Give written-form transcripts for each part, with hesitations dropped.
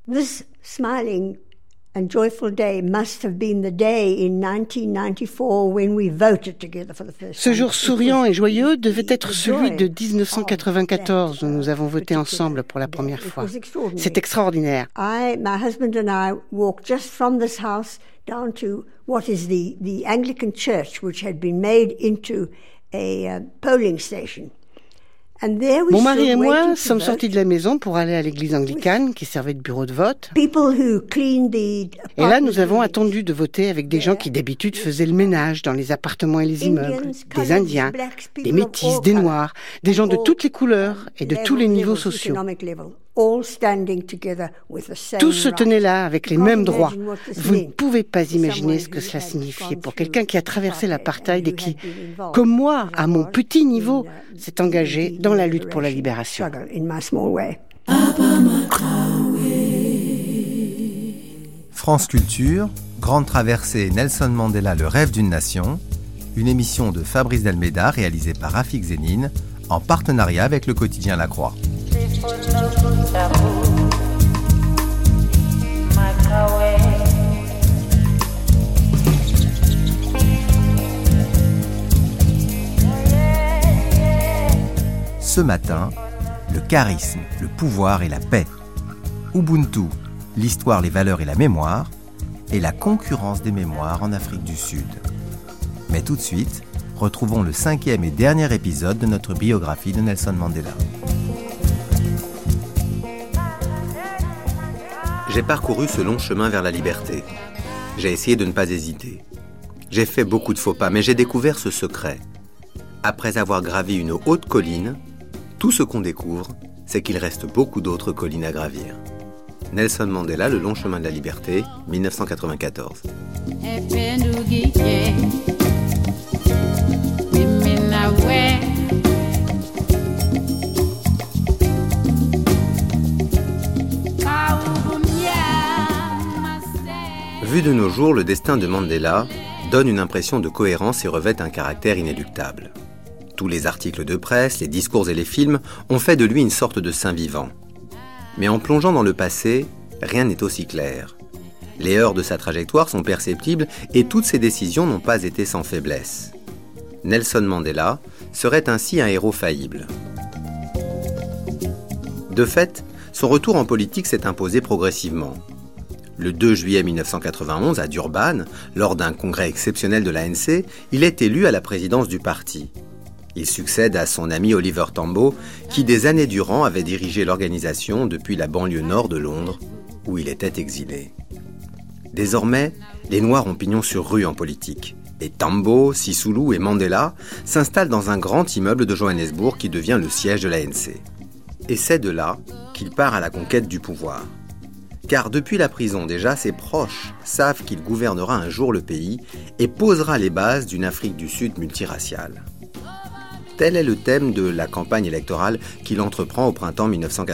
This smiling and joyful day must have been the day in 1994 when we voted together for the first time. Ce jour souriant et joyeux devait être celui de 1994 où nous avons voté ensemble pour la première fois. C'est extraordinaire. My husband and I walked just from this house down to what is the Anglican church, which had been made into a polling station. Mon mari et moi sommes sortis de la maison pour aller à l'église anglicane qui servait de bureau de vote. Et là, nous avons attendu de voter avec des gens qui d'habitude faisaient le ménage dans les appartements et les immeubles. Des Indiens, des Métis, des Noirs, des gens de toutes les couleurs et de tous les niveaux sociaux. Tous se tenaient là avec les mêmes droits. Vous ne pouvez pas imaginer ce que cela signifiait pour quelqu'un qui a traversé l'apartheid et qui, comme moi, à mon petit niveau, s'est engagé dans la lutte pour la libération. France Culture, Grande Traversée, Nelson Mandela, le rêve d'une nation, une émission de Fabrice Delmeda réalisée par Rafik Zénine en partenariat avec le quotidien La Croix. Ce matin, le charisme, le pouvoir et la paix. Ubuntu, l'histoire, les valeurs et la mémoire, et la concurrence des mémoires en Afrique du Sud. Mais tout de suite, retrouvons le 5e et dernier épisode de notre biographie de Nelson Mandela. J'ai parcouru ce long chemin vers la liberté. J'ai essayé de ne pas hésiter. J'ai fait beaucoup de faux pas, mais j'ai découvert ce secret. Après avoir gravi une haute colline, tout ce qu'on découvre, c'est qu'il reste beaucoup d'autres collines à gravir. Nelson Mandela, Le long chemin de la liberté, 1994. Vu de nos jours, le destin de Mandela donne une impression de cohérence et revêt un caractère inéluctable. Tous les articles de presse, les discours et les films ont fait de lui une sorte de saint vivant. Mais en plongeant dans le passé, rien n'est aussi clair. Les heurts de sa trajectoire sont perceptibles et toutes ses décisions n'ont pas été sans faiblesse. Nelson Mandela serait ainsi un héros faillible. De fait, son retour en politique s'est imposé progressivement. Le 2 juillet 1991, à Durban, lors d'un congrès exceptionnel de l'ANC, il est élu à la présidence du parti. Il succède à son ami Oliver Tambo, qui des années durant avait dirigé l'organisation depuis la banlieue nord de Londres, où il était exilé. Désormais, les Noirs ont pignon sur rue en politique. Et Tambo, Sisulu et Mandela s'installent dans un grand immeuble de Johannesburg qui devient le siège de l'ANC. Et c'est de là qu'il part à la conquête du pouvoir. Car depuis la prison déjà, ses proches savent qu'il gouvernera un jour le pays et posera les bases d'une Afrique du Sud multiraciale. Tel est le thème de la campagne électorale qu'il entreprend au printemps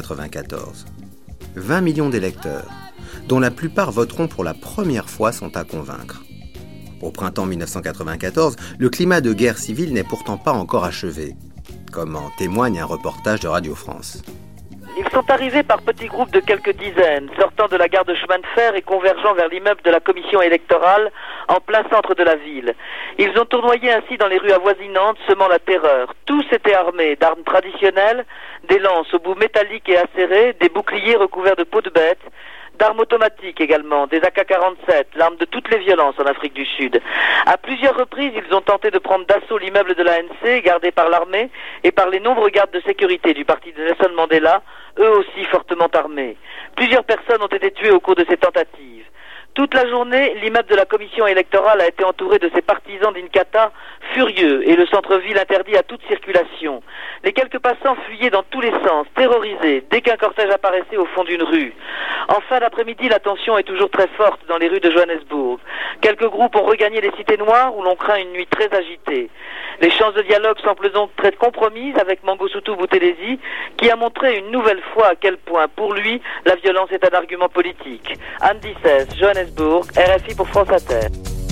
1994. 20 millions d'électeurs, dont la plupart voteront pour la première fois, sont à convaincre. Au printemps 1994, le climat de guerre civile n'est pourtant pas encore achevé, comme en témoigne un reportage de Radio France. Ils sont arrivés par petits groupes de quelques dizaines, sortant de la gare de chemin de fer et convergeant vers l'immeuble de la commission électorale en plein centre de la ville. Ils ont tournoyé ainsi dans les rues avoisinantes, semant la terreur. Tous étaient armés d'armes traditionnelles, des lances au bout métallique et acéré, des boucliers recouverts de peau de bête, d'armes automatiques également, des AK-47, l'arme de toutes les violences en Afrique du Sud. À plusieurs reprises, ils ont tenté de prendre d'assaut l'immeuble de l'ANC, gardé par l'armée et par les nombreux gardes de sécurité du parti de Nelson Mandela, eux aussi fortement armés. Plusieurs personnes ont été tuées au cours de ces tentatives. Toute la journée, l'immeuble de la commission électorale a été entouré de ces partisans d'Inkatha furieux et le centre-ville interdit à toute circulation. Les quelques passants fuyaient dans tous les sens, terrorisés, dès qu'un cortège apparaissait au fond d'une rue. En fin d'après-midi, la tension est toujours très forte dans les rues de Johannesburg. Quelques groupes ont regagné les cités noires où l'on craint une nuit très agitée. Les chances de dialogue semblent donc très compromises avec Mangosuthu Buthelezi, qui a montré une nouvelle fois à quel point, pour lui, la violence est un argument politique. Anne Dissès, Johannesburg, RFI pour France Inter.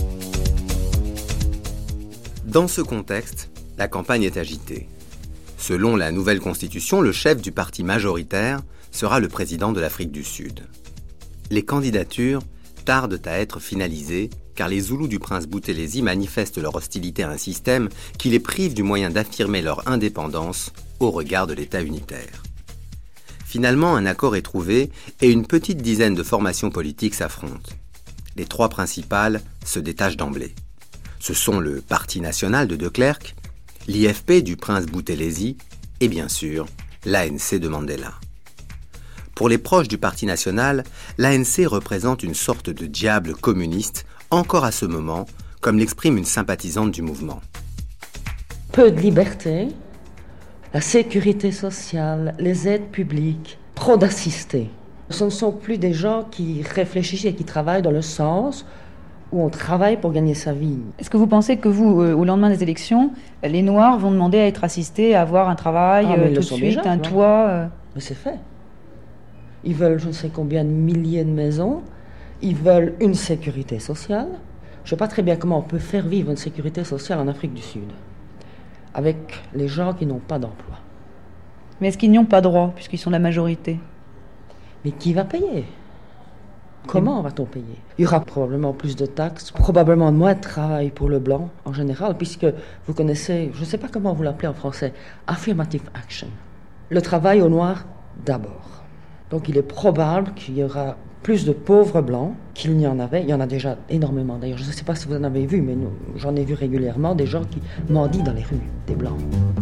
Dans ce contexte, la campagne est agitée. Selon la nouvelle constitution, le chef du parti majoritaire sera le président de l'Afrique du Sud. Les candidatures tardent à être finalisées car les Zoulous du prince Boutelesi manifestent leur hostilité à un système qui les prive du moyen d'affirmer leur indépendance au regard de l'État unitaire. Finalement, un accord est trouvé et une petite dizaine de formations politiques s'affrontent. Les 3 principales se détachent d'emblée. Ce sont le Parti national de De Klerk, l'IFP du prince Boutelesi et bien sûr l'ANC de Mandela. Pour les proches du Parti national, l'ANC représente une sorte de diable communiste, encore à ce moment, comme l'exprime une sympathisante du mouvement. Peu de liberté, la sécurité sociale, les aides publiques, trop d'assistés. Ce ne sont plus des gens qui réfléchissent et qui travaillent dans le sens où on travaille pour gagner sa vie. Est-ce que vous pensez que vous, au lendemain des élections, les Noirs vont demander à être assistés, à avoir un travail tout de suite, déjà, un toit Mais c'est fait. Ils veulent je ne sais combien de milliers de maisons. Ils veulent une sécurité sociale. Je ne sais pas très bien comment on peut faire vivre une sécurité sociale en Afrique du Sud avec les gens qui n'ont pas d'emploi. Mais est-ce qu'ils n'y ont pas droit, puisqu'ils sont la majorité ? Mais qui va payer ? Comment va-t-on payer ? Il y aura probablement plus de taxes, probablement moins de travail pour le blanc en général, puisque vous connaissez, je ne sais pas comment vous l'appelez en français, affirmative action. Le travail au noir d'abord. Donc il est probable qu'il y aura plus de pauvres blancs qu'il n'y en avait. Il y en a déjà énormément. D'ailleurs, je ne sais pas si vous en avez vu, mais j'en ai vu régulièrement des gens qui mendient dans les rues, des blancs.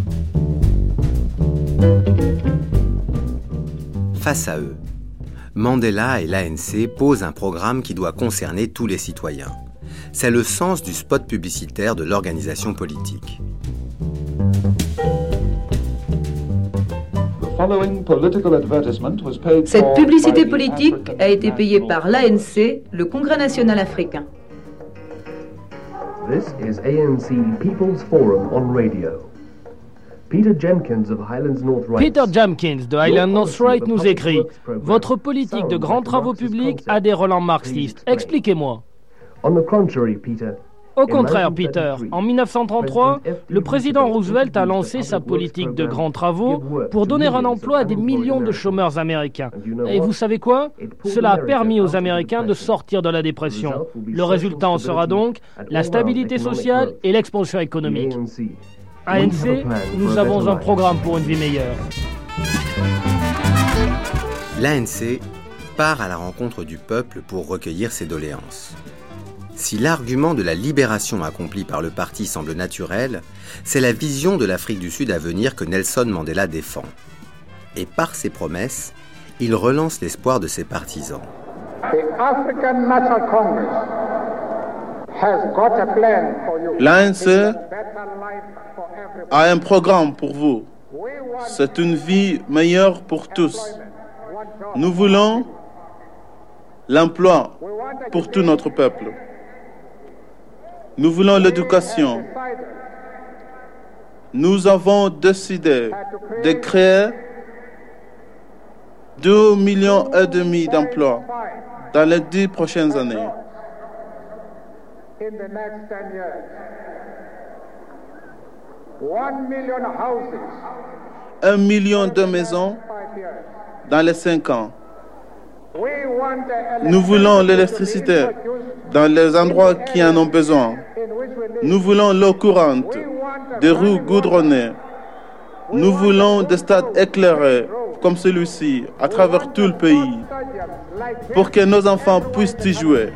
Face à eux, Mandela et l'ANC posent un programme qui doit concerner tous les citoyens. C'est le sens du spot publicitaire de l'organisation politique. Cette publicité politique a été payée par l'ANC, le Congrès national africain. This is ANC People's Forum on radio. Peter Jenkins de Highland North Right nous écrit « Votre politique de grands travaux publics a des relents marxistes. Expliquez-moi. » Au contraire, Peter, en 1933, le président Roosevelt a lancé sa politique de grands travaux pour donner un emploi à des millions de chômeurs américains. Et vous savez quoi ? Cela a permis aux Américains de sortir de la dépression. Le résultat en sera donc la stabilité sociale et l'expansion économique. ANC, nous avons un programme pour une vie meilleure. L'ANC part à la rencontre du peuple pour recueillir ses doléances. Si l'argument de la libération accomplie par le parti semble naturel, c'est la vision de l'Afrique du Sud à venir que Nelson Mandela défend. Et par ses promesses, il relance l'espoir de ses partisans. L'ANC a un programme pour vous. C'est une vie meilleure pour tous. Nous voulons l'emploi pour tout notre peuple. Nous voulons l'éducation. Nous avons décidé de créer 2,5 millions d'emplois dans les 10 prochaines années. 1 million de maisons dans les 5 ans. Nous voulons l'électricité dans les endroits qui en ont besoin. Nous voulons l'eau courante, des rues goudronnées. Nous voulons des stades éclairés comme celui-ci à travers tout le pays pour que nos enfants puissent y jouer.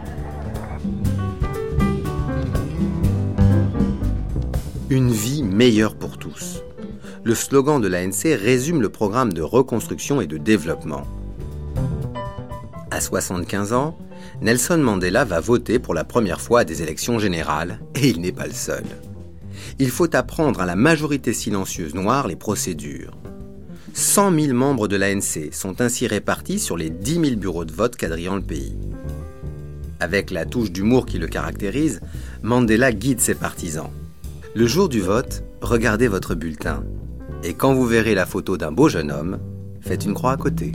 Une vie meilleure pour tous. Le slogan de l'ANC résume le programme de reconstruction et de développement. À 75 ans, Nelson Mandela va voter pour la première fois à des élections générales, et il n'est pas le seul. Il faut apprendre à la majorité silencieuse noire les procédures. 100 000 membres de l'ANC sont ainsi répartis sur les 10 000 bureaux de vote quadrillant le pays. Avec la touche d'humour qui le caractérise, Mandela guide ses partisans. Le jour du vote, regardez votre bulletin. Et quand vous verrez la photo d'un beau jeune homme, faites une croix à côté.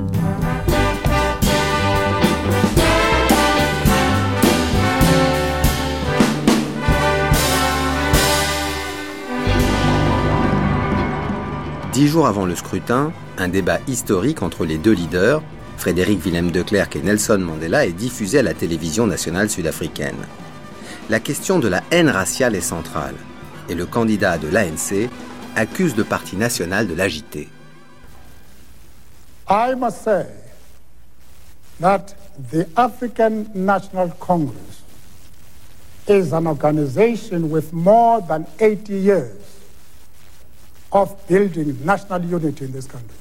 « 10 jours avant le scrutin, un débat historique entre les deux leaders, Frédéric Willem de Klerk et Nelson Mandela est diffusée à la télévision nationale sud-africaine. La question de la haine raciale est centrale et le candidat de l'ANC accuse le parti national de l'agiter. I must say that the African National Congress is an organization with more than 80 years of building national unity in this country.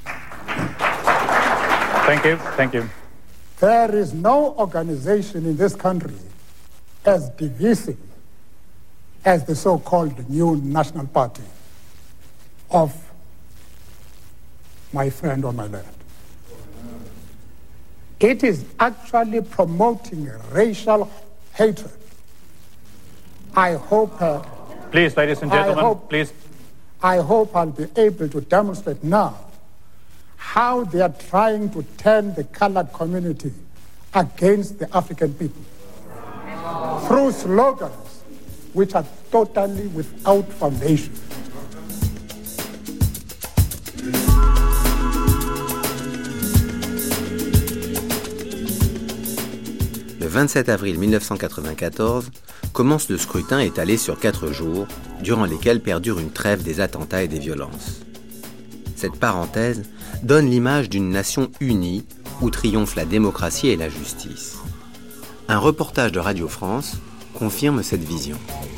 Thank you. There is no organization in this country as divisive as the so-called New National Party of my friend on my left. It is actually promoting racial hatred. I hope... please, ladies and gentlemen, please. I hope I'll be able to demonstrate now how they are trying to turn the colored community against the African people through slogans which are totally without foundation. Le 27 avril 1994, commence le scrutin étalé sur 4 jours, durant lesquels perdure une trêve des attentats et des violences. Cette parenthèse donne l'image d'une nation unie où triomphe la démocratie et la justice. Un reportage de Radio France confirme cette vision.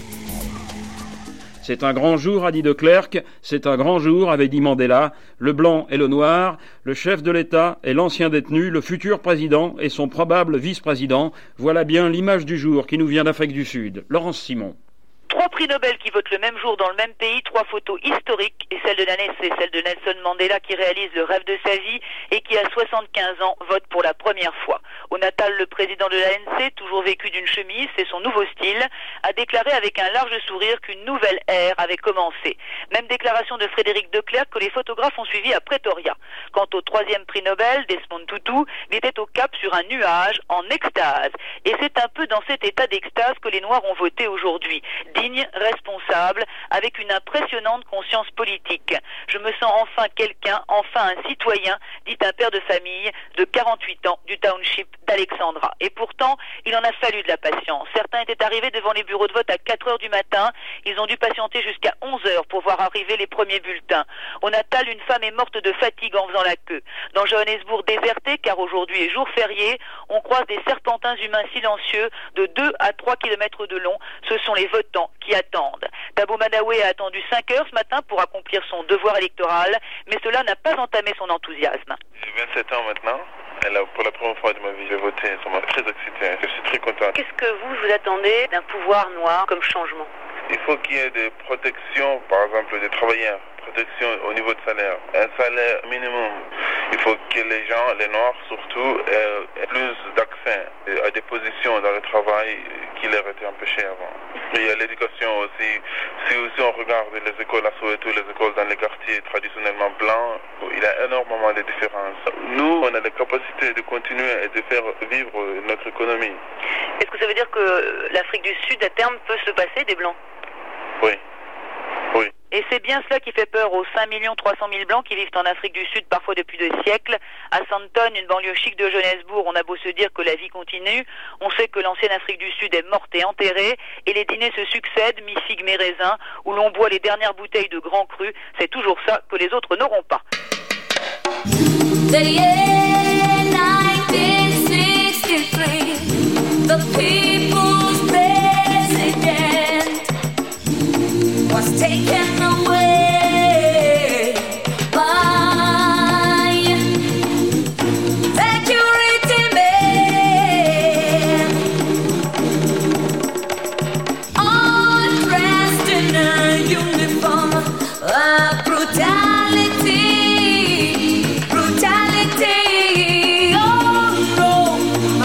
C'est un grand jour, a dit de Klerk, c'est un grand jour, avait dit Mandela, le blanc et le noir, le chef de l'État et l'ancien détenu, le futur président et son probable vice-président. Voilà bien l'image du jour qui nous vient d'Afrique du Sud. Laurence Simon. 3 prix Nobel qui votent le même jour dans le même pays, 3 photos historiques, et celle de l'année, c'est celle de Nelson Mandela qui réalise le rêve de sa vie et qui, à 75 ans, vote pour la première fois. Au Natal, le président de l'ANC, toujours vécu d'une chemise, c'est son nouveau style, a déclaré avec un large sourire qu'une nouvelle ère avait commencé. Même déclaration de Frédéric de Klerk que les photographes ont suivi à Pretoria. Quant au 3e prix Nobel, Desmond Tutu, il était au cap sur un nuage, en extase. Et c'est un peu dans cet état d'extase que les Noirs ont voté aujourd'hui. Digne, responsable, avec une impressionnante conscience politique. Je me sens enfin quelqu'un, enfin un citoyen, dit un père de famille de 48 ans du township d'Alexandra. Et pourtant, il en a fallu de la patience. Certains étaient arrivés devant les bureaux de vote à 4 heures du matin. Ils ont dû patienter jusqu'à 11 heures pour voir arriver les premiers bulletins. Au Natal, une femme est morte de fatigue en faisant la queue. Dans Johannesburg déserté, car aujourd'hui est jour férié, on croise des serpentins humains silencieux de 2 à 3 km de long. Ce sont les votants qui attendent. Thabo Mbeki a attendu 5 heures ce matin pour accomplir son devoir électoral, mais cela n'a pas entamé son enthousiasme. J'ai 27 ans maintenant. Et là, pour la première fois de ma vie, j'ai voté. Ça m'a très excité. Je suis très content. Qu'est-ce que vous attendez d'un pouvoir noir comme changement? Il faut qu'il y ait des protections, par exemple, des travailleurs. Protection au niveau de salaire. Un salaire minimum. Il faut que les gens, les Noirs surtout, aient plus d'accès à des positions dans le travail qui leur étaient empêchées avant. Et il y a l'éducation aussi. Si on regarde les écoles à Soweto, les écoles dans les quartiers traditionnellement blancs, il y a énormément de différences. Nous, on a la capacité de continuer et de faire vivre notre économie. Est-ce que ça veut dire que l'Afrique du Sud, à terme, peut se passer des Blancs? Oui. Oui. Et c'est bien cela qui fait peur aux 5 300 000 Blancs qui vivent en Afrique du Sud parfois depuis des siècles. À Sandton, une banlieue chic de Johannesburg, on a beau se dire que la vie continue, on sait que l'ancienne Afrique du Sud est morte et enterrée, et les dîners se succèdent, mi-figue, mi-raisin, où l'on boit les dernières bouteilles de Grand Cru. C'est toujours ça que les autres n'auront pas. The year 1963, the people's president was taken away by security men, all dressed in a uniform of brutality, brutality. Oh no,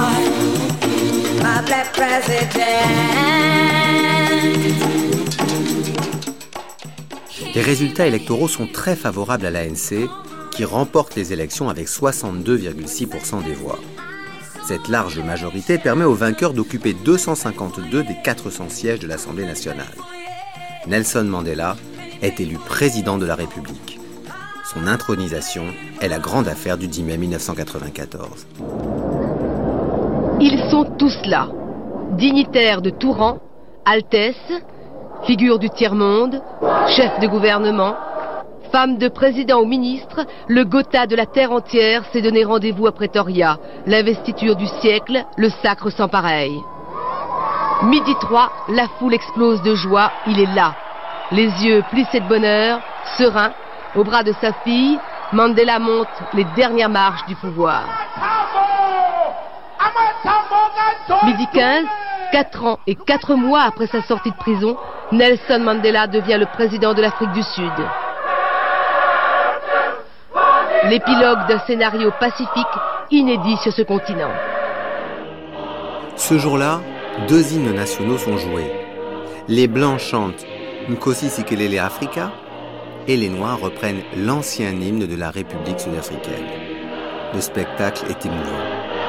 my black president. Les résultats électoraux sont très favorables à l'ANC, qui remporte les élections avec 62,6% des voix. Cette large majorité permet aux vainqueurs d'occuper 252 des 400 sièges de l'Assemblée nationale. Nelson Mandela est élu président de la République. Son intronisation est la grande affaire du 10 mai 1994. Ils sont tous là, dignitaires de tout rang, altesse, figures du tiers-monde, chefs de gouvernement, femmes de président ou ministre, le Gotha de la terre entière s'est donné rendez-vous à Pretoria, l'investiture du siècle, le sacre sans pareil. Midi 3, la foule explose de joie, il est là. Les yeux plissés de bonheur, serein, au bras de sa fille, Mandela monte les dernières marches du pouvoir. Midi 15, 4 ans et 4 mois après sa sortie de prison, Nelson Mandela devient le président de l'Afrique du Sud. L'épilogue d'un scénario pacifique inédit sur ce continent. Ce jour-là, 2 hymnes nationaux sont joués. Les Blancs chantent Nkosi Sikelele Afrika et les Noirs reprennent l'ancien hymne de la République sud-africaine. Le spectacle est émouvant.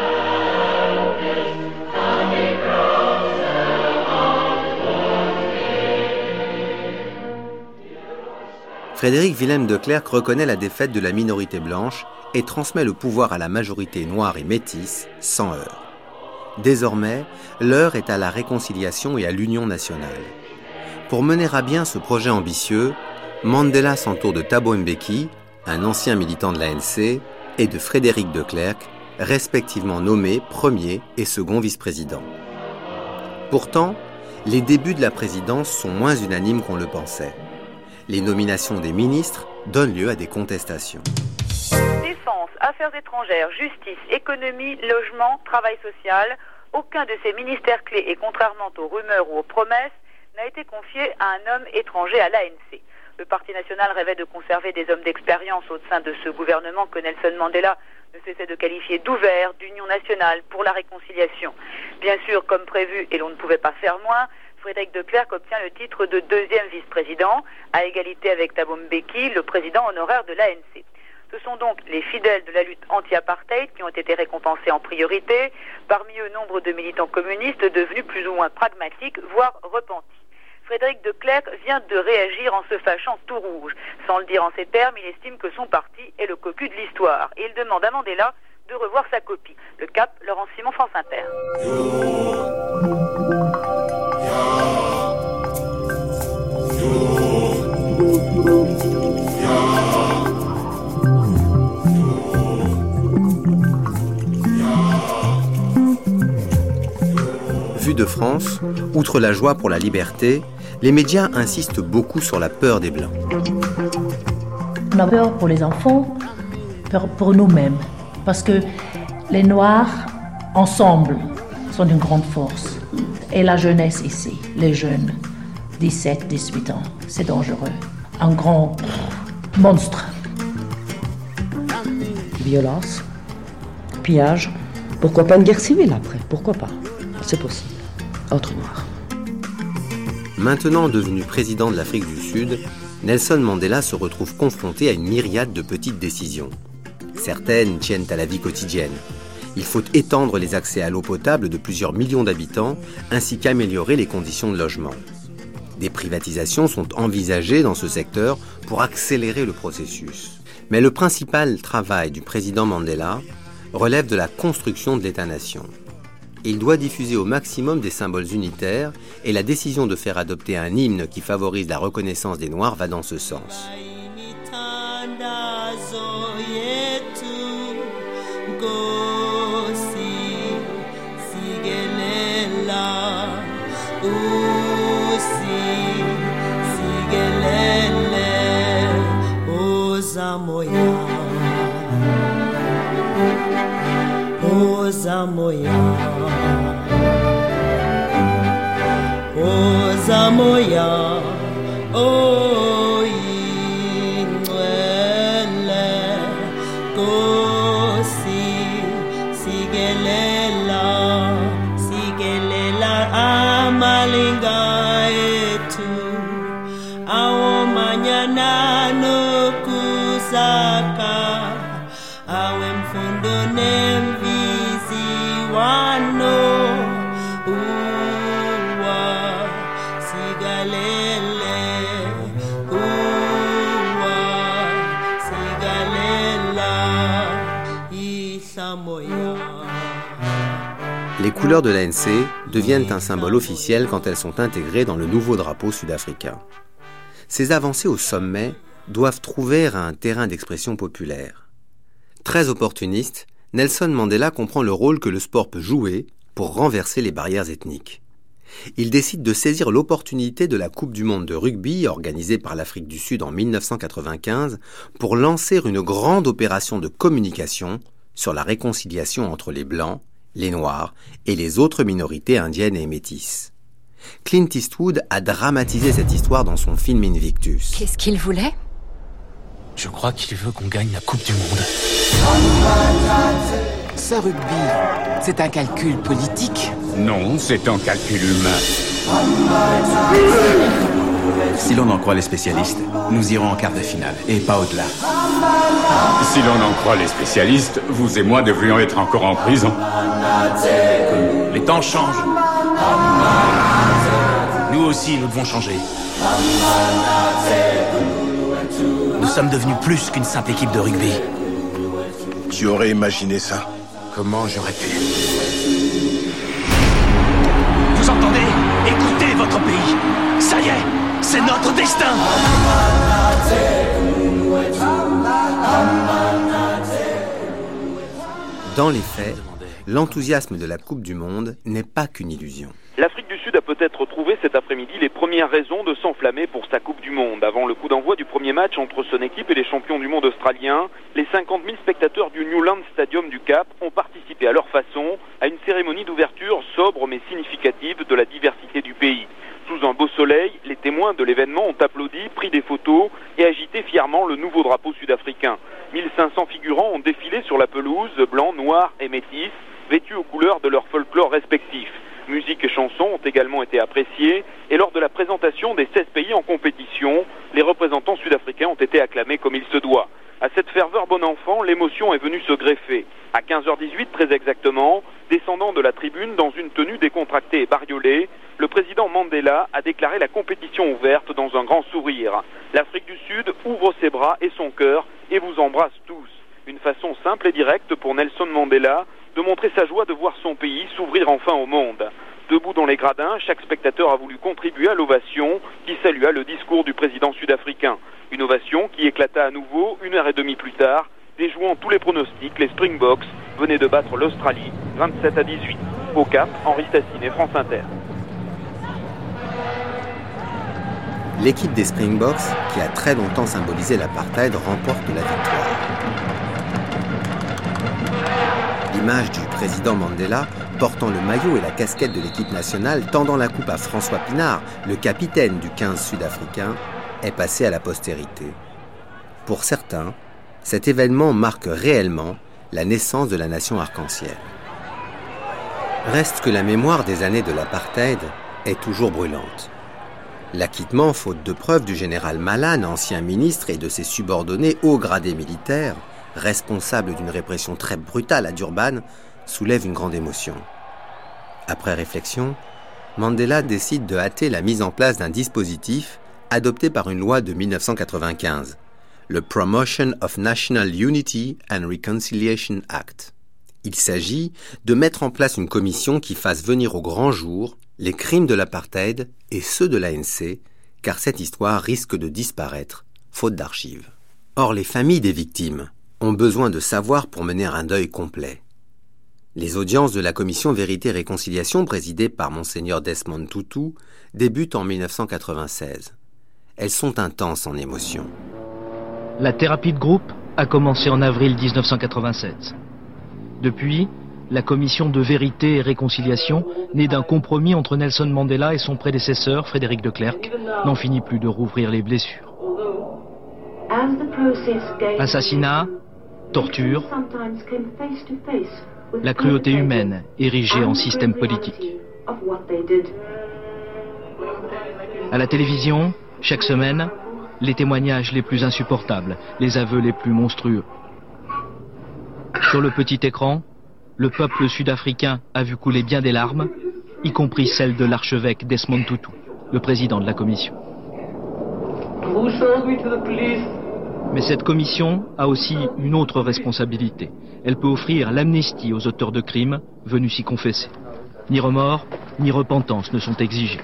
Frédéric Wilhelm de Klerk reconnaît la défaite de la minorité blanche et transmet le pouvoir à la majorité noire et métisse sans heurts. Désormais, l'heure est à la réconciliation et à l'union nationale. Pour mener à bien ce projet ambitieux, Mandela s'entoure de Thabo Mbeki, un ancien militant de l'ANC, et de Frédéric de Klerk, respectivement nommés premier et second vice-président. Pourtant, les débuts de la présidence sont moins unanimes qu'on le pensait. Les nominations des ministres donnent lieu à des contestations. Défense, affaires étrangères, justice, économie, logement, travail social, aucun de ces ministères clés et contrairement aux rumeurs ou aux promesses, n'a été confié à un homme étranger à l'ANC. Le Parti national rêvait de conserver des hommes d'expérience au sein de ce gouvernement que Nelson Mandela ne cessait de qualifier d'ouvert, d'union nationale pour la réconciliation. Bien sûr, comme prévu, et l'on ne pouvait pas faire moins, Frédéric de Klerk obtient le titre de deuxième vice-président, à égalité avec Thabo Mbeki, le président honoraire de l'ANC. Ce sont donc les fidèles de la lutte anti-apartheid qui ont été récompensés en priorité, parmi eux nombre de militants communistes devenus plus ou moins pragmatiques, voire repentis. Frédéric de Klerk vient de réagir en se fâchant tout rouge. Sans le dire en ces termes, il estime que son parti est le cocu de l'histoire. Et il demande à Mandela de revoir sa copie. Le Cap, Laurent Simon, France Inter. Vu de France, outre la joie pour la liberté, les médias insistent beaucoup sur la peur des Blancs. On a peur pour les enfants, peur pour nous-mêmes, parce que les Noirs, ensemble, sont d'une grande force. Et la jeunesse ici, les jeunes, 17, 18 ans, c'est dangereux. Un grand monstre. Violence, pillage, pourquoi pas une guerre civile après, pourquoi pas, c'est possible, entre Noirs. Maintenant devenu président de l'Afrique du Sud, Nelson Mandela se retrouve confronté à une myriade de petites décisions. Certaines tiennent à la vie quotidienne. Il faut étendre les accès à l'eau potable de plusieurs millions d'habitants, ainsi qu'améliorer les conditions de logement. Des privatisations sont envisagées dans ce secteur pour accélérer le processus. Mais le principal travail du président Mandela relève de la construction de l'État-nation. Il doit diffuser au maximum des symboles unitaires et la décision de faire adopter un hymne qui favorise la reconnaissance des Noirs va dans ce sens. Zamoya, oh ingcwele, Nkosi sigelela amalinga ethu, awomanyana nokusaka, awemfundo nemviziwano. Les couleurs de l'ANC deviennent un symbole officiel quand elles sont intégrées dans le nouveau drapeau sud-africain. Ces avancées au sommet doivent trouver un terrain d'expression populaire. Très opportuniste, Nelson Mandela comprend le rôle que le sport peut jouer pour renverser les barrières ethniques. Il décide de saisir l'opportunité de la Coupe du monde de rugby organisée par l'Afrique du Sud en 1995 pour lancer une grande opération de communication sur la réconciliation entre les Blancs, les Noirs et les autres minorités indiennes et métisses. Clint Eastwood a dramatisé cette histoire dans son film Invictus. Qu'est-ce qu'il voulait ? Je crois qu'il veut qu'on gagne la Coupe du Monde. Ce rugby, c'est un calcul politique ? Non, c'est un calcul humain. Si l'on en croit les spécialistes, nous irons en quart de finale, et pas au-delà. Si l'on en croit les spécialistes, vous et moi devrions être encore en prison. Les temps changent. Nous aussi, nous devons changer. Nous sommes devenus plus qu'une simple équipe de rugby. Tu aurais imaginé ça? Comment j'aurais pu? Vous entendez? Écoutez votre pays. Ça y est, c'est notre destin. Dans les faits, l'enthousiasme de la Coupe du Monde n'est pas qu'une illusion. L'Afrique du Sud a peut-être trouvé cet après-midi les premières raisons de s'enflammer pour sa Coupe du Monde. Avant le coup d'envoi du premier match entre son équipe et les champions du monde australiens, les 50 000 spectateurs du Newland Stadium du Cap ont participé à leur façon à une cérémonie d'ouverture sobre mais significative de la diversité du pays. Sous un beau soleil, les témoins de l'événement ont applaudi, pris des photos et agité fièrement le nouveau drapeau sud-africain. 1500 figurants ont défilé sur la pelouse, blancs, noirs et métis, vêtus aux couleurs de leur folklore respectif. Musique et chansons ont également été appréciées et lors de la présentation des 16 pays en compétition, les représentants sud-africains ont été acclamés comme il se doit. À cette ferveur bon enfant, l'émotion est venue se greffer. À 15h18 très exactement, descendant de la tribune dans une tenue décontractée et bariolée, le président Mandela a déclaré la compétition ouverte dans un grand sourire. L'Afrique du Sud ouvre ses bras et son cœur et vous embrasse tous. Une façon simple et directe pour Nelson Mandela de montrer sa joie de voir son pays s'ouvrir enfin au monde. Debout dans les gradins, chaque spectateur a voulu contribuer à l'ovation qui salua le discours du président sud-africain. Une ovation qui éclata à nouveau 1h30 plus tard, déjouant tous les pronostics, les Springboks venaient de battre l'Australie 27-18. Au Cap, Henri Stassine, France Inter. L'équipe des Springboks, qui a très longtemps symbolisé l'apartheid, remporte la victoire. L'image du président Mandela, portant le maillot et la casquette de l'équipe nationale, tendant la coupe à François Pienaar, le capitaine du 15 sud-africain, est passée à la postérité. Pour certains, cet événement marque réellement la naissance de la nation arc-en-ciel. Reste que la mémoire des années de l'apartheid est toujours brûlante. L'acquittement, faute de preuves, du général Malan, ancien ministre, et de ses subordonnés hauts gradés militaires, responsable d'une répression très brutale à Durban, soulève une grande émotion. Après réflexion, Mandela décide de hâter la mise en place d'un dispositif adopté par une loi de 1995, le Promotion of National Unity and Reconciliation Act. Il s'agit de mettre en place une commission qui fasse venir au grand jour les crimes de l'apartheid et ceux de l'ANC, car cette histoire risque de disparaître, faute d'archives. Or, les familles des victimes ont besoin de savoir pour mener un deuil complet. Les audiences de la commission Vérité-Réconciliation, présidée par Monseigneur Desmond Tutu, débutent en 1996. Elles sont intenses en émotion. La thérapie de groupe a commencé en avril 1987. Depuis, la commission de Vérité et Réconciliation, née d'un compromis entre Nelson Mandela et son prédécesseur, Frédéric de Klerk, n'en finit plus de rouvrir les blessures. Assassinat, torture, la cruauté humaine érigée en système politique. À la télévision, chaque semaine, les témoignages les plus insupportables, les aveux les plus monstrueux. Sur le petit écran, le peuple sud-africain a vu couler bien des larmes, y compris celle de l'archevêque Desmond Tutu, le président de la commission. Mais cette commission a aussi une autre responsabilité. Elle peut offrir l'amnistie aux auteurs de crimes venus s'y confesser. Ni remords, ni repentance ne sont exigés.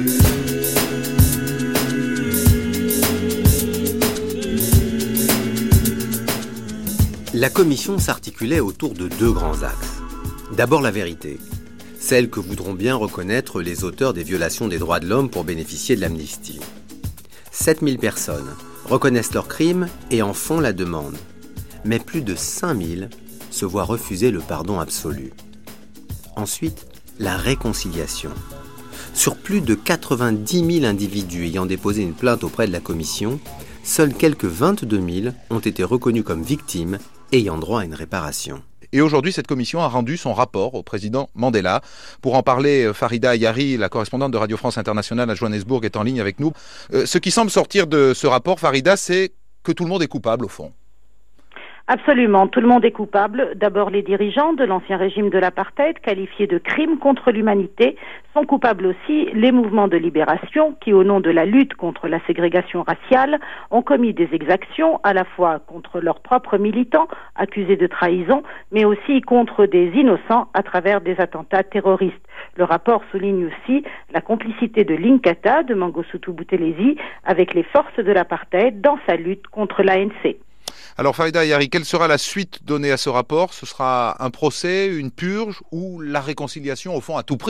La commission s'articulait autour de deux grands axes. D'abord la vérité, celle que voudront bien reconnaître les auteurs des violations des droits de l'homme pour bénéficier de l'amnistie. 7000 personnes reconnaissent leurs crimes et en font la demande. Mais plus de 5000 se voient refuser le pardon absolu. Ensuite, la réconciliation. Sur plus de 90 000 individus ayant déposé une plainte auprès de la commission, seuls quelques 22 000 ont été reconnus comme victimes ayant droit à une réparation. Et aujourd'hui, cette commission a rendu son rapport au président Mandela. Pour en parler, Farida Ayari, la correspondante de Radio France Internationale à Johannesburg, est en ligne avec nous. Ce qui semble sortir de ce rapport, Farida, c'est que tout le monde est coupable, au fond. Absolument, tout le monde est coupable. D'abord, les dirigeants de l'ancien régime de l'apartheid, qualifiés de crimes contre l'humanité, sont coupables aussi les mouvements de libération qui, au nom de la lutte contre la ségrégation raciale, ont commis des exactions à la fois contre leurs propres militants, accusés de trahison, mais aussi contre des innocents à travers des attentats terroristes. Le rapport souligne aussi la complicité de l'Inkatha, de Mangosuthu Buthelezi, avec les forces de l'apartheid dans sa lutte contre l'ANC. Alors Farida Ayari, quelle sera la suite donnée à ce rapport ? Ce sera un procès, une purge ou la réconciliation au fond à tout prix ?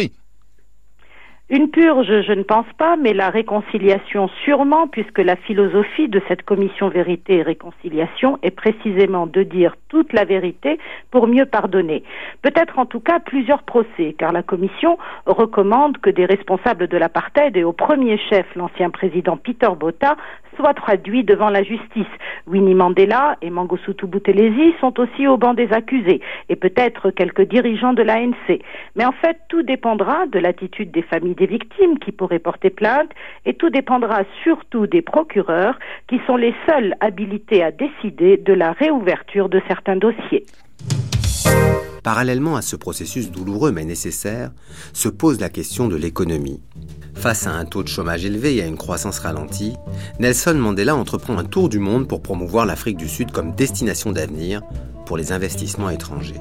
Une purge, je ne pense pas, mais la réconciliation sûrement, puisque la philosophie de cette commission vérité et réconciliation est précisément de dire toute la vérité pour mieux pardonner. Peut-être en tout cas plusieurs procès, car la commission recommande que des responsables de l'apartheid et au premier chef l'ancien président Peter Botha soient traduits devant la justice. Winnie Mandela et Mangosuthu Buthelezi sont aussi au banc des accusés, et peut-être quelques dirigeants de l'ANC. Mais en fait, tout dépendra de l'attitude des familles des victimes qui pourraient porter plainte, et tout dépendra surtout des procureurs qui sont les seuls habilités à décider de la réouverture de certains dossiers. Parallèlement à ce processus douloureux mais nécessaire, se pose la question de l'économie. Face à un taux de chômage élevé et à une croissance ralentie, Nelson Mandela entreprend un tour du monde pour promouvoir l'Afrique du Sud comme destination d'avenir pour les investissements étrangers.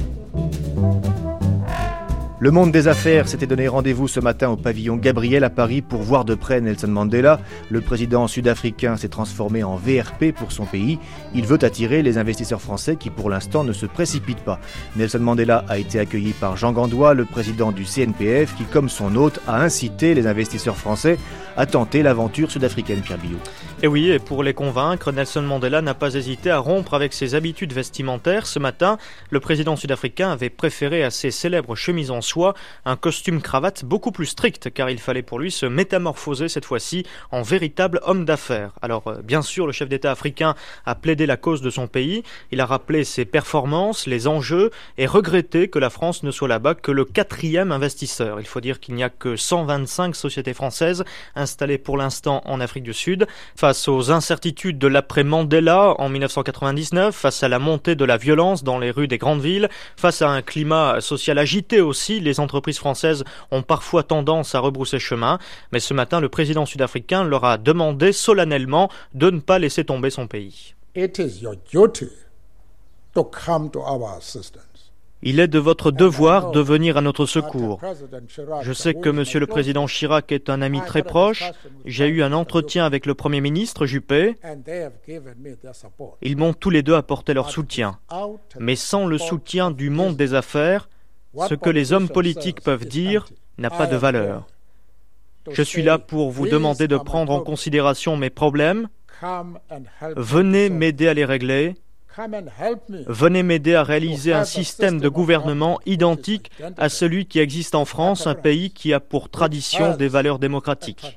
Le monde des affaires s'était donné rendez-vous ce matin au pavillon Gabriel à Paris pour voir de près Nelson Mandela. Le président sud-africain s'est transformé en VRP pour son pays. Il veut attirer les investisseurs français qui pour l'instant ne se précipitent pas. Nelson Mandela a été accueilli par Jean Gandois, le président du CNPF, qui comme son hôte a incité les investisseurs français à tenter l'aventure sud-africaine, Pierre Billot. Et oui, et pour les convaincre, Nelson Mandela n'a pas hésité à rompre avec ses habitudes vestimentaires. Ce matin, le président sud-africain avait préféré à ses célèbres chemises en soie un costume-cravate beaucoup plus strict, car il fallait pour lui se métamorphoser cette fois-ci en véritable homme d'affaires. Alors, bien sûr, le chef d'État africain a plaidé la cause de son pays. Il a rappelé ses performances, les enjeux, et regretté que la France ne soit là-bas que le 4e investisseur. Il faut dire qu'il n'y a que 125 sociétés françaises installées pour l'instant en Afrique du Sud. Face aux incertitudes de l'après-Mandela en 1999, face à la montée de la violence dans les rues des grandes villes, face à un climat social agité aussi, les entreprises françaises ont parfois tendance à rebrousser chemin. Mais ce matin, le président sud-africain leur a demandé solennellement de ne pas laisser tomber son pays. It is your duty to come to our assistance. Il est de votre devoir de venir à notre secours. Je sais que Monsieur le Président Chirac est un ami très proche. J'ai eu un entretien avec le Premier ministre Juppé. Ils m'ont tous les deux apporté leur soutien. Mais sans le soutien du monde des affaires, ce que les hommes politiques peuvent dire n'a pas de valeur. Je suis là pour vous demander de prendre en considération mes problèmes. Venez m'aider à les régler. Venez m'aider à réaliser un système de gouvernement identique à celui qui existe en France, un pays qui a pour tradition des valeurs démocratiques.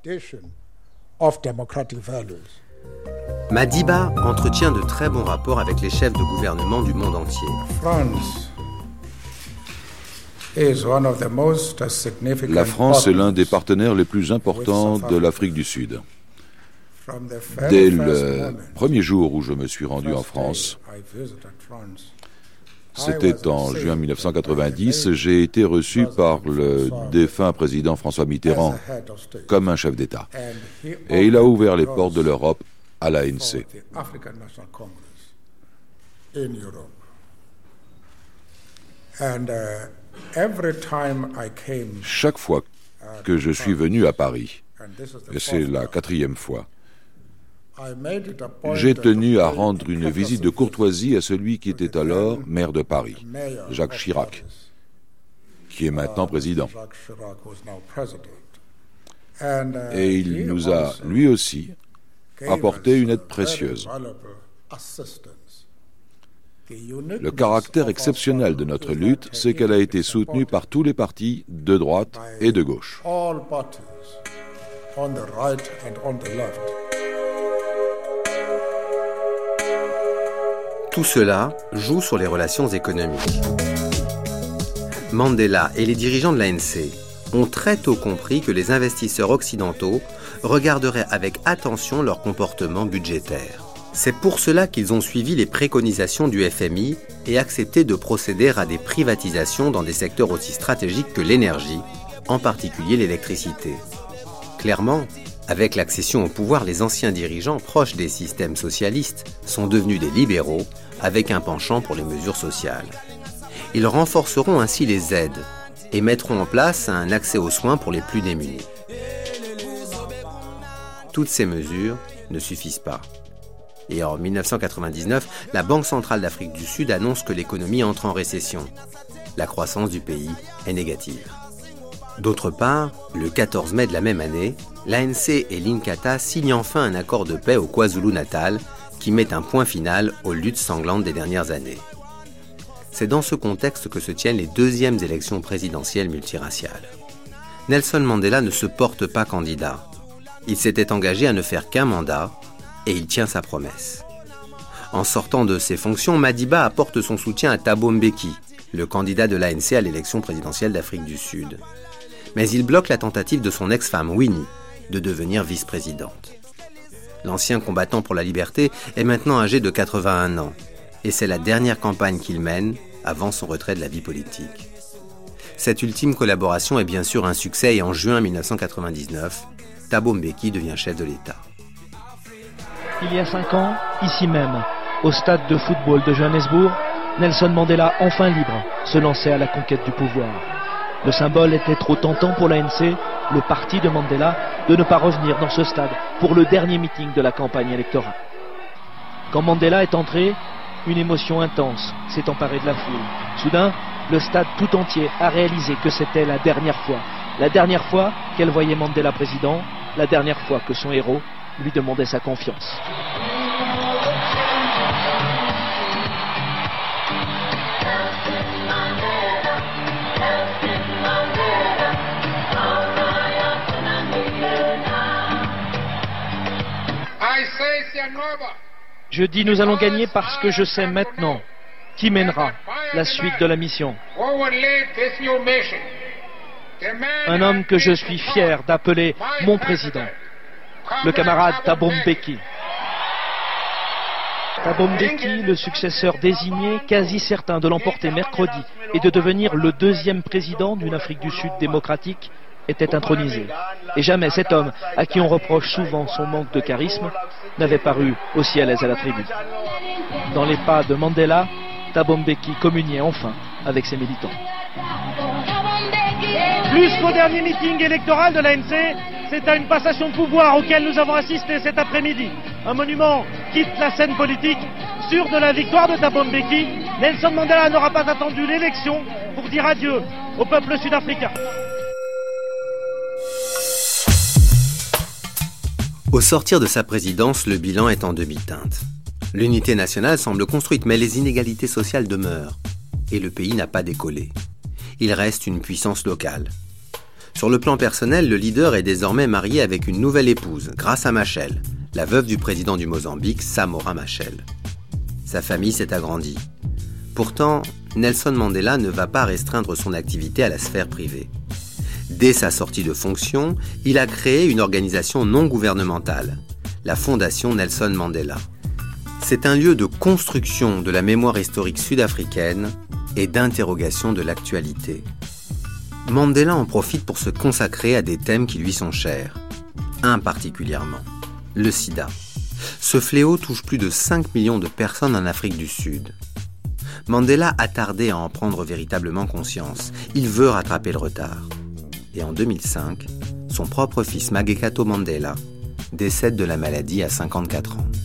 Madiba entretient de très bons rapports avec les chefs de gouvernement du monde entier. La France est l'un des partenaires les plus importants de l'Afrique du Sud. Dès le premier jour où je me suis rendu en France, c'était en juin 1990, j'ai été reçu par le défunt président François Mitterrand comme un chef d'État. Et il a ouvert les portes de l'Europe à l'ANC. Chaque fois que je suis venu à Paris, et c'est la 4e fois, j'ai tenu à rendre une visite de courtoisie à celui qui était alors maire de Paris, Jacques Chirac, qui est maintenant président. Et il nous a, lui aussi, apporté une aide précieuse. Le caractère exceptionnel de notre lutte, c'est qu'elle a été soutenue par tous les partis de droite et de gauche. Tout cela joue sur les relations économiques. Mandela et les dirigeants de l'ANC ont très tôt compris que les investisseurs occidentaux regarderaient avec attention leur comportement budgétaire. C'est pour cela qu'ils ont suivi les préconisations du FMI et accepté de procéder à des privatisations dans des secteurs aussi stratégiques que l'énergie, en particulier l'électricité. Clairement, avec l'accession au pouvoir, les anciens dirigeants proches des systèmes socialistes sont devenus des libéraux avec un penchant pour les mesures sociales. Ils renforceront ainsi les aides et mettront en place un accès aux soins pour les plus démunis. Toutes ces mesures ne suffisent pas. Et en 1999, la Banque centrale d'Afrique du Sud annonce que l'économie entre en récession. La croissance du pays est négative. D'autre part, le 14 mai de la même année, l'ANC et l'Inkatha signent enfin un accord de paix au KwaZulu-Natal qui met un point final aux luttes sanglantes des dernières années. C'est dans ce contexte que se tiennent les deuxièmes élections présidentielles multiraciales. Nelson Mandela ne se porte pas candidat. Il s'était engagé à ne faire qu'un mandat et il tient sa promesse. En sortant de ses fonctions, Madiba apporte son soutien à Thabo Mbeki, le candidat de l'ANC à l'élection présidentielle d'Afrique du Sud. Mais il bloque la tentative de son ex-femme Winnie de devenir vice-présidente. L'ancien combattant pour la liberté est maintenant âgé de 81 ans et c'est la dernière campagne qu'il mène avant son retrait de la vie politique. Cette ultime collaboration est bien sûr un succès et en juin 1999, Thabo Mbeki devient chef de l'État. Il y a 5 ans, ici même, au stade de football de Johannesburg, Nelson Mandela, enfin libre, se lançait à la conquête du pouvoir. Le symbole était trop tentant pour l'ANC, le parti de Mandela, de ne pas revenir dans ce stade pour le dernier meeting de la campagne électorale. Quand Mandela est entré, une émotion intense s'est emparée de la foule. Soudain, le stade tout entier a réalisé que c'était la dernière fois qu'elle voyait Mandela président, la dernière fois que son héros lui demandait sa confiance. Je dis nous allons gagner parce que je sais maintenant qui mènera la suite de la mission. Un homme que je suis fier d'appeler mon président, le camarade Thabo Mbeki. Thabo Mbeki, le successeur désigné, quasi certain de l'emporter mercredi et de devenir le deuxième président d'une Afrique du Sud démocratique, était intronisé. Et jamais cet homme, à qui on reproche souvent son manque de charisme, n'avait paru aussi à l'aise à la tribune. Dans les pas de Mandela, Thabo Mbeki communiait enfin avec ses militants. Plus qu'au dernier meeting électoral de l'ANC, c'est à une passation de pouvoir auquel nous avons assisté cet après-midi. Un monument quitte la scène politique. Sûr de la victoire de Thabo Mbeki, Nelson Mandela n'aura pas attendu l'élection pour dire adieu au peuple sud-africain. Au sortir de sa présidence, le bilan est en demi-teinte. L'unité nationale semble construite, mais les inégalités sociales demeurent. Et le pays n'a pas décollé. Il reste une puissance locale. Sur le plan personnel, le leader est désormais marié avec une nouvelle épouse, grâce à Machel, la veuve du président du Mozambique, Samora Machel. Sa famille s'est agrandie. Pourtant, Nelson Mandela ne va pas restreindre son activité à la sphère privée. Dès sa sortie de fonction, il a créé une organisation non gouvernementale, la Fondation Nelson Mandela. C'est un lieu de construction de la mémoire historique sud-africaine et d'interrogation de l'actualité. Mandela en profite pour se consacrer à des thèmes qui lui sont chers. Un particulièrement, le sida. Ce fléau touche plus de 5 millions de personnes en Afrique du Sud. Mandela a tardé à en prendre véritablement conscience. Il veut rattraper le retard. Et en 2005, son propre fils Magekato Mandela décède de la maladie à 54 ans.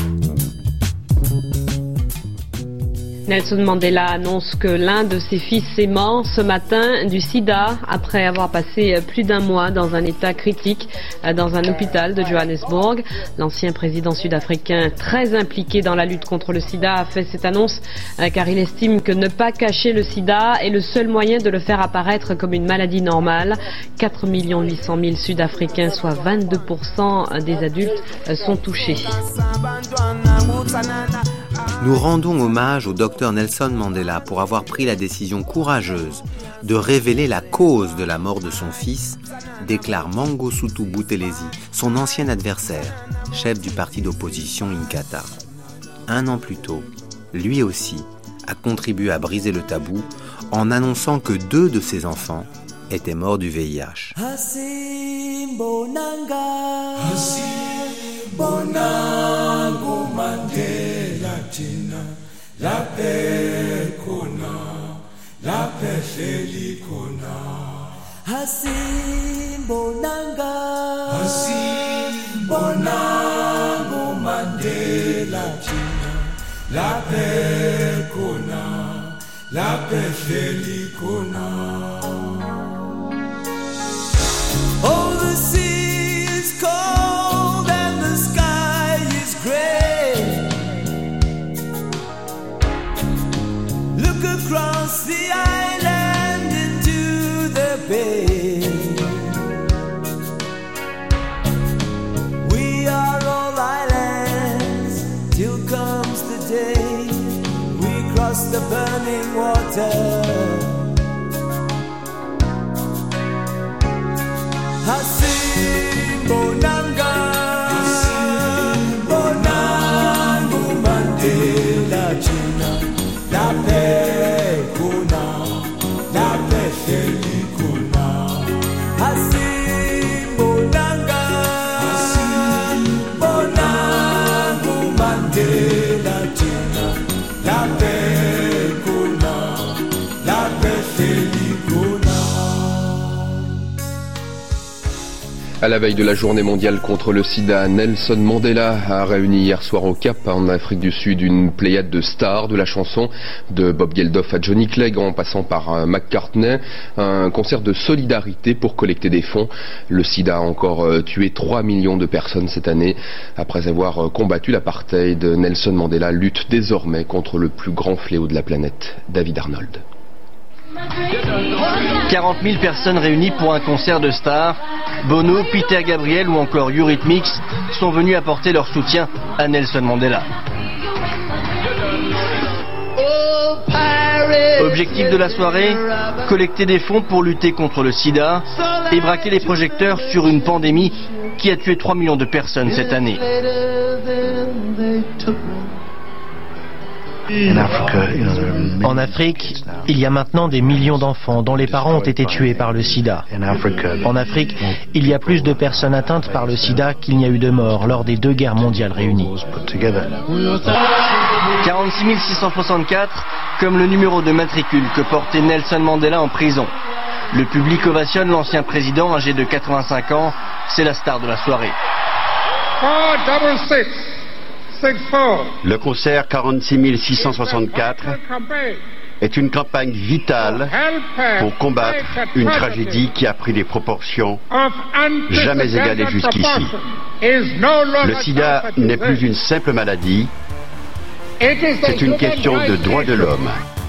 Nelson Mandela annonce que l'un de ses fils est mort ce matin du sida après avoir passé plus d'un mois dans un état critique dans un hôpital de Johannesburg. L'ancien président sud-africain, très impliqué dans la lutte contre le sida, a fait cette annonce car il estime que ne pas cacher le sida est le seul moyen de le faire apparaître comme une maladie normale. 4 800 000 Sud-Africains, soit 22% des adultes, sont touchés. Nous rendons hommage au docteur Nelson Mandela pour avoir pris la décision courageuse de révéler la cause de la mort de son fils, déclare Mangosuthu Buthelezi, son ancien adversaire, chef du parti d'opposition Inkatha. 1 an plus tôt, lui aussi a contribué à briser le tabou en annonçant que 2 de ses enfants étaient morts du VIH. Bonango Mandela Tina la pekona la pehleli kona Hasimbonanga Bonango Mandela Tina la pekona la pehleli kona. Oh, the sea is cold and the sky is gray. Look across the island into the bay. We are all islands till comes the day we cross the burning water. Hasimbonanga Bonango Mandela Tina la pekuna la pehleli kuna Hasimbonanga Bonango Mandela Tina la pekuna la pehleli kuna. À la veille de la journée mondiale contre le sida, Nelson Mandela a réuni hier soir au Cap, en Afrique du Sud, une pléiade de stars de la chanson, de Bob Geldof à Johnny Clegg en passant par McCartney, un concert de solidarité pour collecter des fonds. Le sida a encore tué 3 millions de personnes cette année. Après avoir combattu l'apartheid, Nelson Mandela lutte désormais contre le plus grand fléau de la planète. David Arnold. 40 000 personnes réunies pour un concert de stars. Bono, Peter Gabriel ou encore Eurythmics sont venus apporter leur soutien à Nelson Mandela. Objectif de la soirée, collecter des fonds pour lutter contre le sida et braquer les projecteurs sur une pandémie qui a tué 3 millions de personnes cette année. En Afrique, il y a maintenant des millions d'enfants dont les parents ont été tués par le sida. En Afrique, il y a plus de personnes atteintes par le sida qu'il n'y a eu de morts lors des 2 guerres mondiales réunies. 46 664, comme le numéro de matricule que portait Nelson Mandela en prison. Le public ovationne l'ancien président âgé de 85 ans. C'est la star de la soirée. 466. Le concert 46 664 est une campagne vitale pour combattre une tragédie qui a pris des proportions jamais égalées jusqu'ici. Le sida n'est plus une simple maladie, c'est une question de droits de l'homme.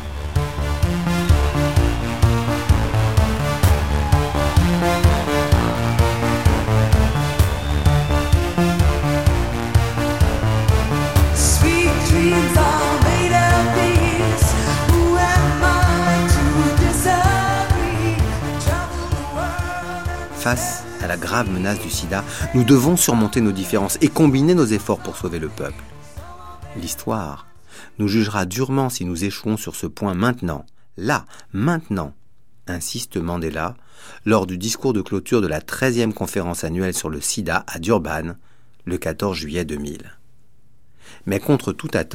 Face à la grave menace du sida, nous devons surmonter nos différences et combiner nos efforts pour sauver le peuple. L'histoire nous jugera durement si nous échouons sur ce point maintenant, là, maintenant, insiste Mandela, lors du discours de clôture de la 13e conférence annuelle sur le sida à Durban, le 14 juillet 2000. Mais contre toute attente,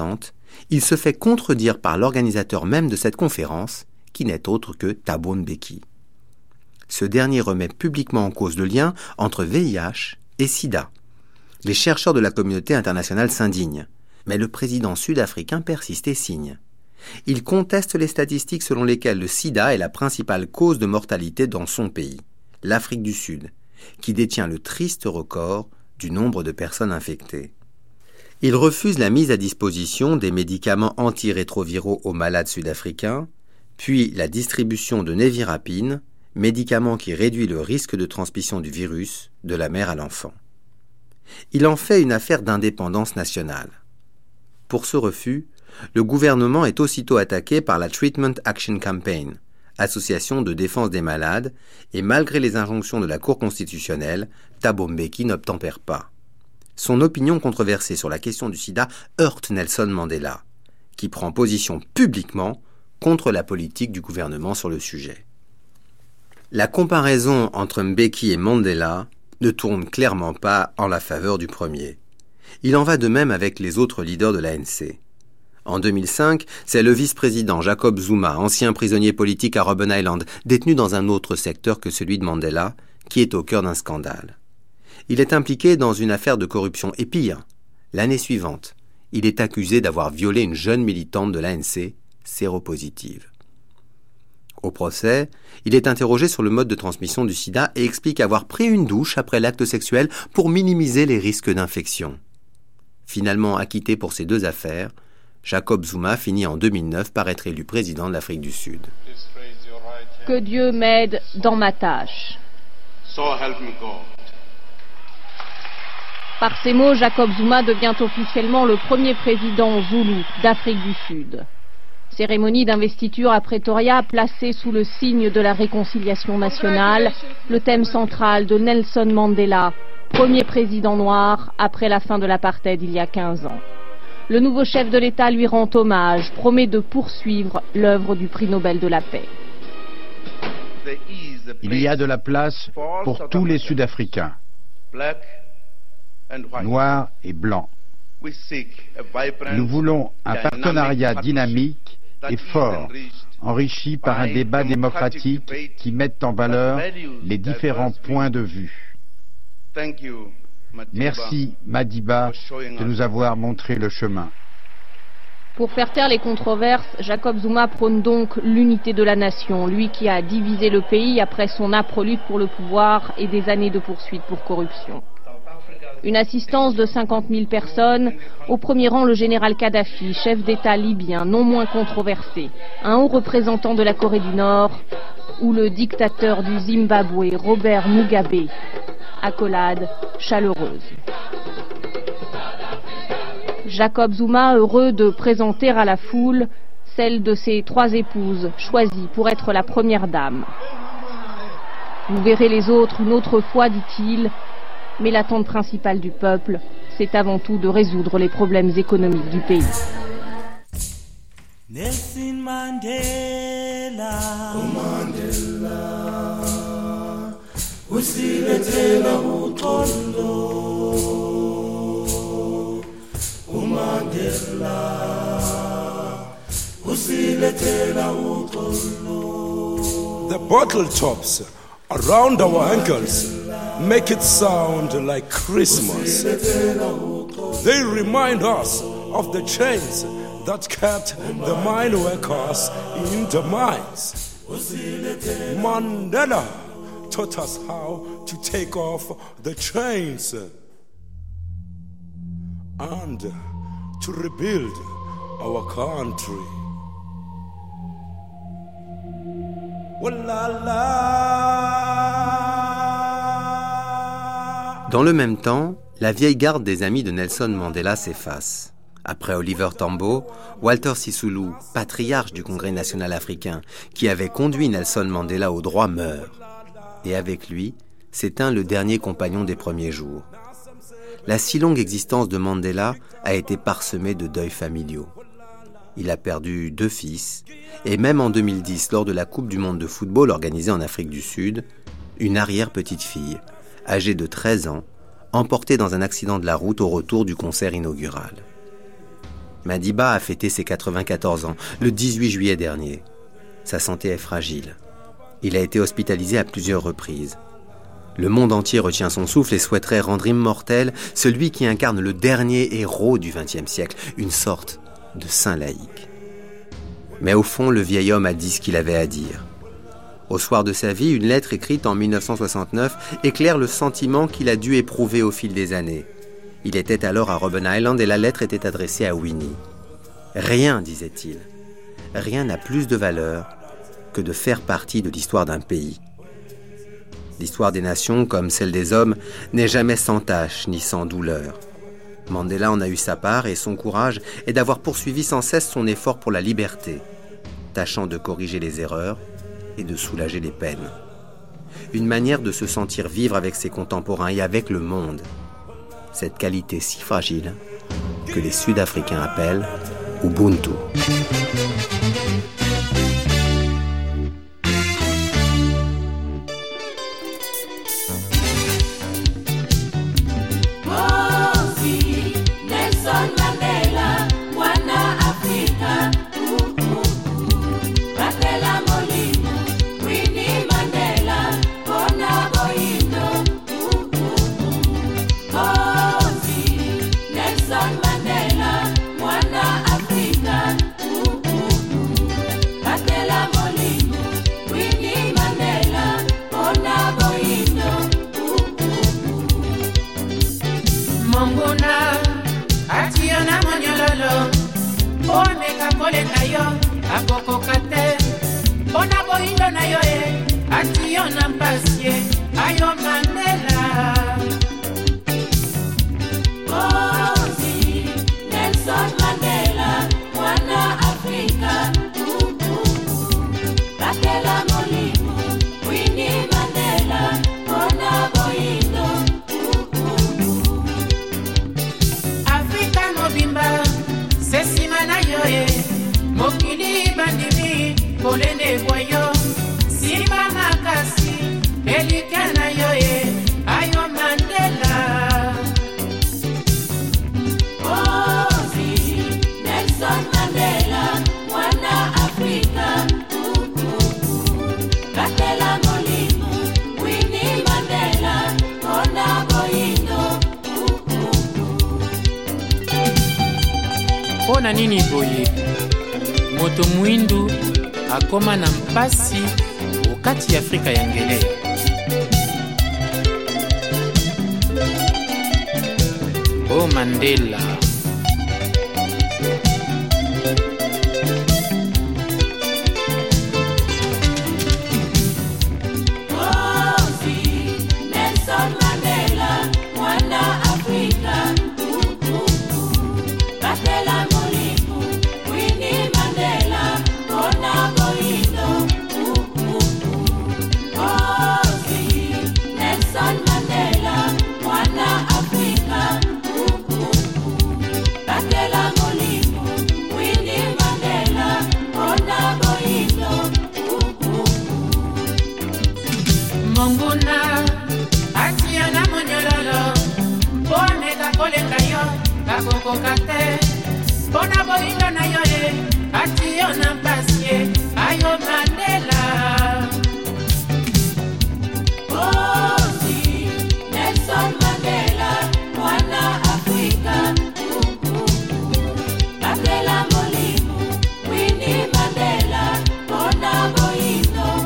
il se fait contredire par l'organisateur même de cette conférence, qui n'est autre que Thabo Mbeki. Ce dernier remet publiquement en cause le lien entre VIH et SIDA. Les chercheurs de la communauté internationale s'indignent, mais le président sud-africain persiste et signe. Il conteste les statistiques selon lesquelles le sida est la principale cause de mortalité dans son pays, l'Afrique du Sud, qui détient le triste record du nombre de personnes infectées. Il refuse la mise à disposition des médicaments antirétroviraux aux malades sud-africains, puis la distribution de névirapine, médicament qui réduit le risque de transmission du virus de la mère à l'enfant. Il en fait une affaire d'indépendance nationale. Pour ce refus, le gouvernement est aussitôt attaqué par la Treatment Action Campaign, association de défense des malades, et malgré les injonctions de la Cour constitutionnelle, Thabo Mbeki n'obtempère pas. Son opinion controversée sur la question du sida heurte Nelson Mandela, qui prend position publiquement contre la politique du gouvernement sur le sujet. La comparaison entre Mbeki et Mandela ne tourne clairement pas en la faveur du premier. Il en va de même avec les autres leaders de l'ANC. En 2005, c'est le vice-président Jacob Zuma, ancien prisonnier politique à Robben Island, détenu dans un autre secteur que celui de Mandela, qui est au cœur d'un scandale. Il est impliqué dans une affaire de corruption et pire, l'année suivante, il est accusé d'avoir violé une jeune militante de l'ANC, séropositive. Au procès, il est interrogé sur le mode de transmission du sida et explique avoir pris une douche après l'acte sexuel pour minimiser les risques d'infection. Finalement acquitté pour ces deux affaires, Jacob Zuma finit en 2009 par être élu président de l'Afrique du Sud. Que Dieu m'aide dans ma tâche. So help me God. Par ces mots, Jacob Zuma devient officiellement le premier président zoulou d'Afrique du Sud. Cérémonie d'investiture à Pretoria placée sous le signe de la réconciliation nationale, le thème central de Nelson Mandela, premier président noir après la fin de l'apartheid il y a 15 ans. Le nouveau chef de l'État lui rend hommage, promet de poursuivre l'œuvre du prix Nobel de la paix. Il y a de la place pour tous les Sud-Africains, noirs et blancs. Nous voulons un partenariat dynamique et fort, enrichi par un débat démocratique qui mette en valeur les différents points de vue. Merci Madiba de nous avoir montré le chemin. Pour faire taire les controverses, Jacob Zuma prône donc l'unité de la nation, lui qui a divisé le pays après son âpre lutte pour le pouvoir et des années de poursuites pour corruption. Une assistance de 50 000 personnes, au premier rang le général Kadhafi, chef d'État libyen non moins controversé, un haut représentant de la Corée du Nord, ou le dictateur du Zimbabwe, Robert Mugabe. Accolade chaleureuse. Jacob Zuma, heureux de présenter à la foule celle de ses 3 épouses, choisies pour être la première dame. Vous verrez les autres une autre fois, dit-il, mais l'attente principale du peuple, c'est avant tout de résoudre les problèmes économiques du pays. Nelson Mandela, usilethela uxolo, uMandela, usilethela uxolo. The bottle tops around our ankles make it sound like Christmas. They remind us of the chains that kept the mine workers in the mines. Mandela taught us how to take off the chains and to rebuild our country. Dans le même temps, la vieille garde des amis de Nelson Mandela s'efface. Après Oliver Tambo, Walter Sisulu, patriarche du Congrès national africain, qui avait conduit Nelson Mandela au droit, meurt. Et avec lui, s'éteint le dernier compagnon des premiers jours. La si longue existence de Mandela a été parsemée de deuils familiaux. Il a perdu 2 fils, et même en 2010, lors de la Coupe du monde de football organisée en Afrique du Sud, une arrière-petite-fille, âgée de 13 ans, emportée dans un accident de la route au retour du concert inaugural. Madiba a fêté ses 94 ans, le 18 juillet dernier. Sa santé est fragile. Il a été hospitalisé à plusieurs reprises. Le monde entier retient son souffle et souhaiterait rendre immortel celui qui incarne le dernier héros du XXe siècle, une sorte de saint laïque. Mais au fond, le vieil homme a dit ce qu'il avait à dire. Au soir de sa vie, une lettre écrite en 1969 éclaire le sentiment qu'il a dû éprouver au fil des années. Il était alors à Robben Island et la lettre était adressée à Winnie. « Rien, disait-il, rien n'a plus de valeur que de faire partie de l'histoire d'un pays. L'histoire des nations, comme celle des hommes, n'est jamais sans tâche ni sans douleur. Mandela en a eu sa part et son courage est d'avoir poursuivi sans cesse son effort pour la liberté, tâchant de corriger les erreurs et de soulager les peines. Une manière de se sentir vivre avec ses contemporains et avec le monde. Cette qualité si fragile que les Sud-Africains appellent Ubuntu. Mpona nini boye moto mwindu akoma na mpasi okati ya Afrika ya ngele. Oh Mandela, bona boindo na yo ati yo na pasie ayo Mandela. Oh si Nelson Mandela mwana Afrika Mandela Molimo Winnie Mandela bona boindo.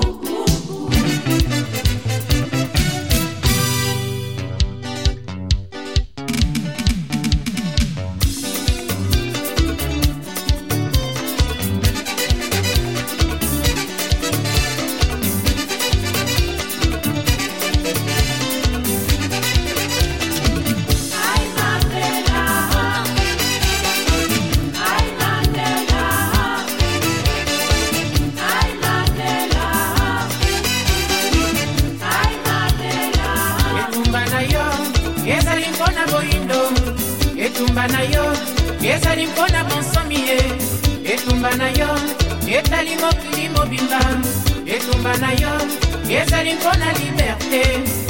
Etumba na yo, ezali mpona konsomie. Etumba na yo, etali mokili mobimba. Etumba na yo, ezali mpona liberté.